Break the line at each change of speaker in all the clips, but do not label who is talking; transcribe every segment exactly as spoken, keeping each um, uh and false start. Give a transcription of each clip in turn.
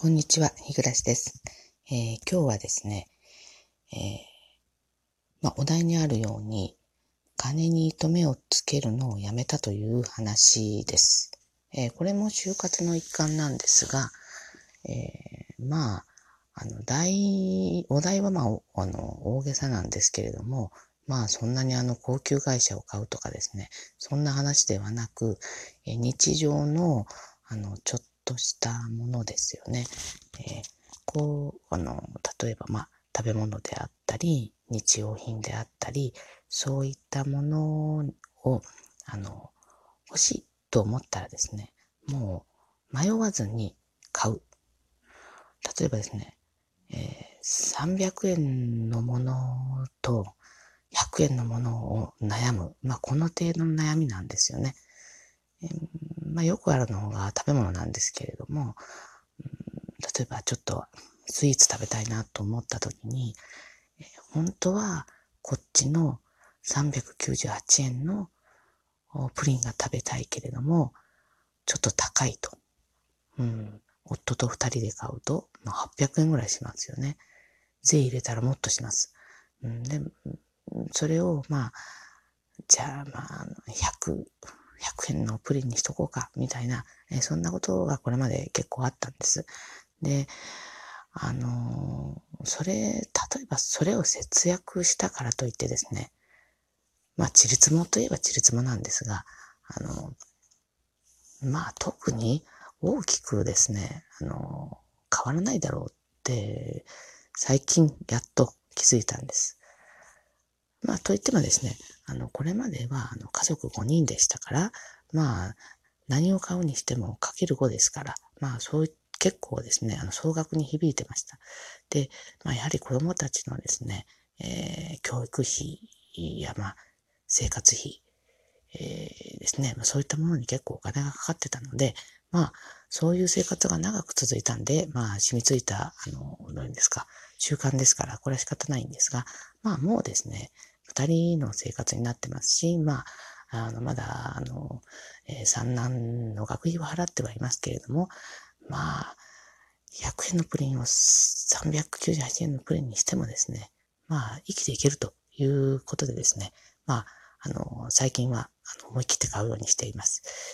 こんにちは、日暮です。えー今日はですね、えーまあ、お題にあるように、金に糸目をつけるのをやめたという話です。えーこれも就活の一環なんですが、えーまあ、あの、題、お題はまあ、おあの、大げさなんですけれども、まあ、そんなにあの、高級会社を買うとかですね、そんな話ではなく、えー日常の、あの、ちょっとしたものですよね。えーこう、あの、例えば、まあ、食べ物であったり、日用品であったり、そういったものを、あの、欲しいと思ったらですね、もう迷わずに買う。例えばですね、えーさんびゃくえんのものとひゃくえんのものを悩む。まあ、この程度の悩みなんですよね。えーまあ、よくあるのが食べ物なんですけれども、例えばちょっとスイーツ食べたいなと思った時に、本当はこっちのさんびゃくきゅうじゅうはちえんのプリンが食べたいけれども、ちょっと高いと。うん、夫と二人で買うと、まあ、はっぴゃくえんぐらいしますよね。税入れたらもっとします。うん、で、それを、まあ、じゃあ、まあ、ひゃく、ひゃくえんのプリンにしとこうか、みたいな、えーそんなことがこれまで結構あったんです。で、あのーそれ、例えばそれを節約したからといってですね、まあ、ちりつもといえばちりつもなんですが、あの、まあ、特に大きくですね、あの、変わらないだろうって、最近やっと気づいたんです。まあ、といってもですね、あの、これまでは、あの、家族ごにんでしたから、まあ、何を買うにしてもかけるごですから、まあ、そういう、結構ですね、あの、総額に響いてました。で、まあ、やはり子供たちのですね、えー、教育費や、まあ、生活費、えー、ですね、まあ、そういったものに結構お金がかかってたので、まあ、そういう生活が長く続いたんで、まあ、染みついた、あの、どういうんですか、習慣ですから、これは仕方ないんですが、まあ、もうですね、二人の生活になってますし、まあ、あの、まだ、あの、えー、三男の学費は払ってはいますけれども、まあ、ひゃくえんのプリンをさんびゃくきゅうじゅうはちえんのプリンにしてもですね、まあ、生きていけるということでですね、まあ、あの、最近は、あの、思い切って買うようにしています。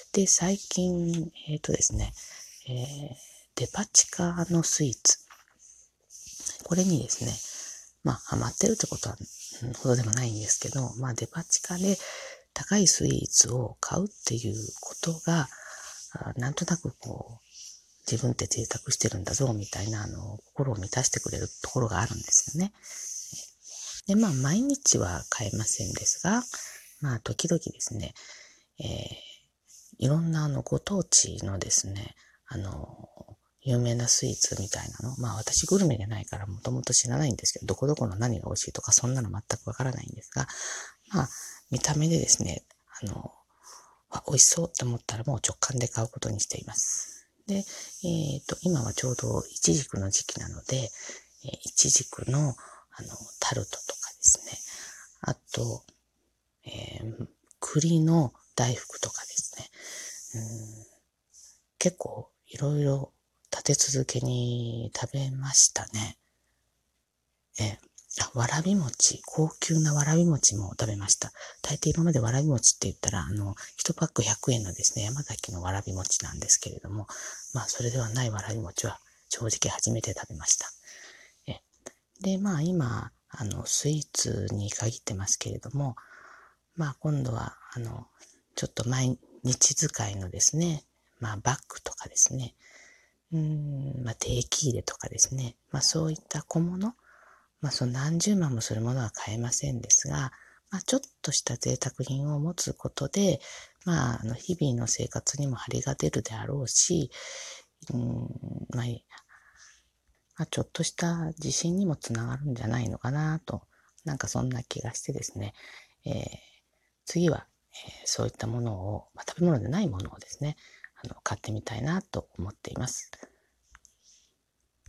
で、最近、えっとですね、えー、デパ地下のスイーツ。これにですね、まあ、ハマってるってことは、ほどでもないんですけど、まあ、デパ地下で高いスイーツを買うっていうことが、なんとなくこう、自分って贅沢してるんだぞ、みたいな、あの、心を満たしてくれるところがあるんですよね。で、まあ、毎日は買えませんですが、まあ、時々ですね、えー、いろんな、あの、ご当地のですね、あの、有名なスイーツみたいなの。まあ私グルメじゃないからもともと知らないんですけど、どこどこの何が美味しいとかそんなの全くわからないんですが、まあ見た目でですね、あの、あ美味しそうと思ったらもう直感で買うことにしています。で、えっ、と、今はちょうどイチジクの時期なので、えー、イチジクの、あの、タルトとかですね、あと、えー、栗の大福とかですね、うん、結構いろいろ立て続けに食べましたね。え、あ、わらび餅、高級なわらび餅も食べました。大抵今までわらび餅って言ったら、あの、いちパックひゃくえんのですね、山崎のわらび餅なんですけれども、まあ、それではないわらび餅は正直初めて食べました。え、で、まあ、今、あの、スイーツに限ってますけれども、まあ、今度は、あの、ちょっと毎日使いのですね、まあ、バッグとかですね、うーん、まあ、定期入れとかですね。まあ、そういった小物。まあ、その何十万もするものは買えませんですが、まあ、ちょっとした贅沢品を持つことで、まあ、あの、日々の生活にも張りが出るであろうし、うーん、まあ、まあ、ちょっとした自信にもつながるんじゃないのかなと、なんかそんな気がしてですね、えー、次は、えーそういったものを、まあ、食べ物でないものをですね、あの、買ってみたいなと思っています。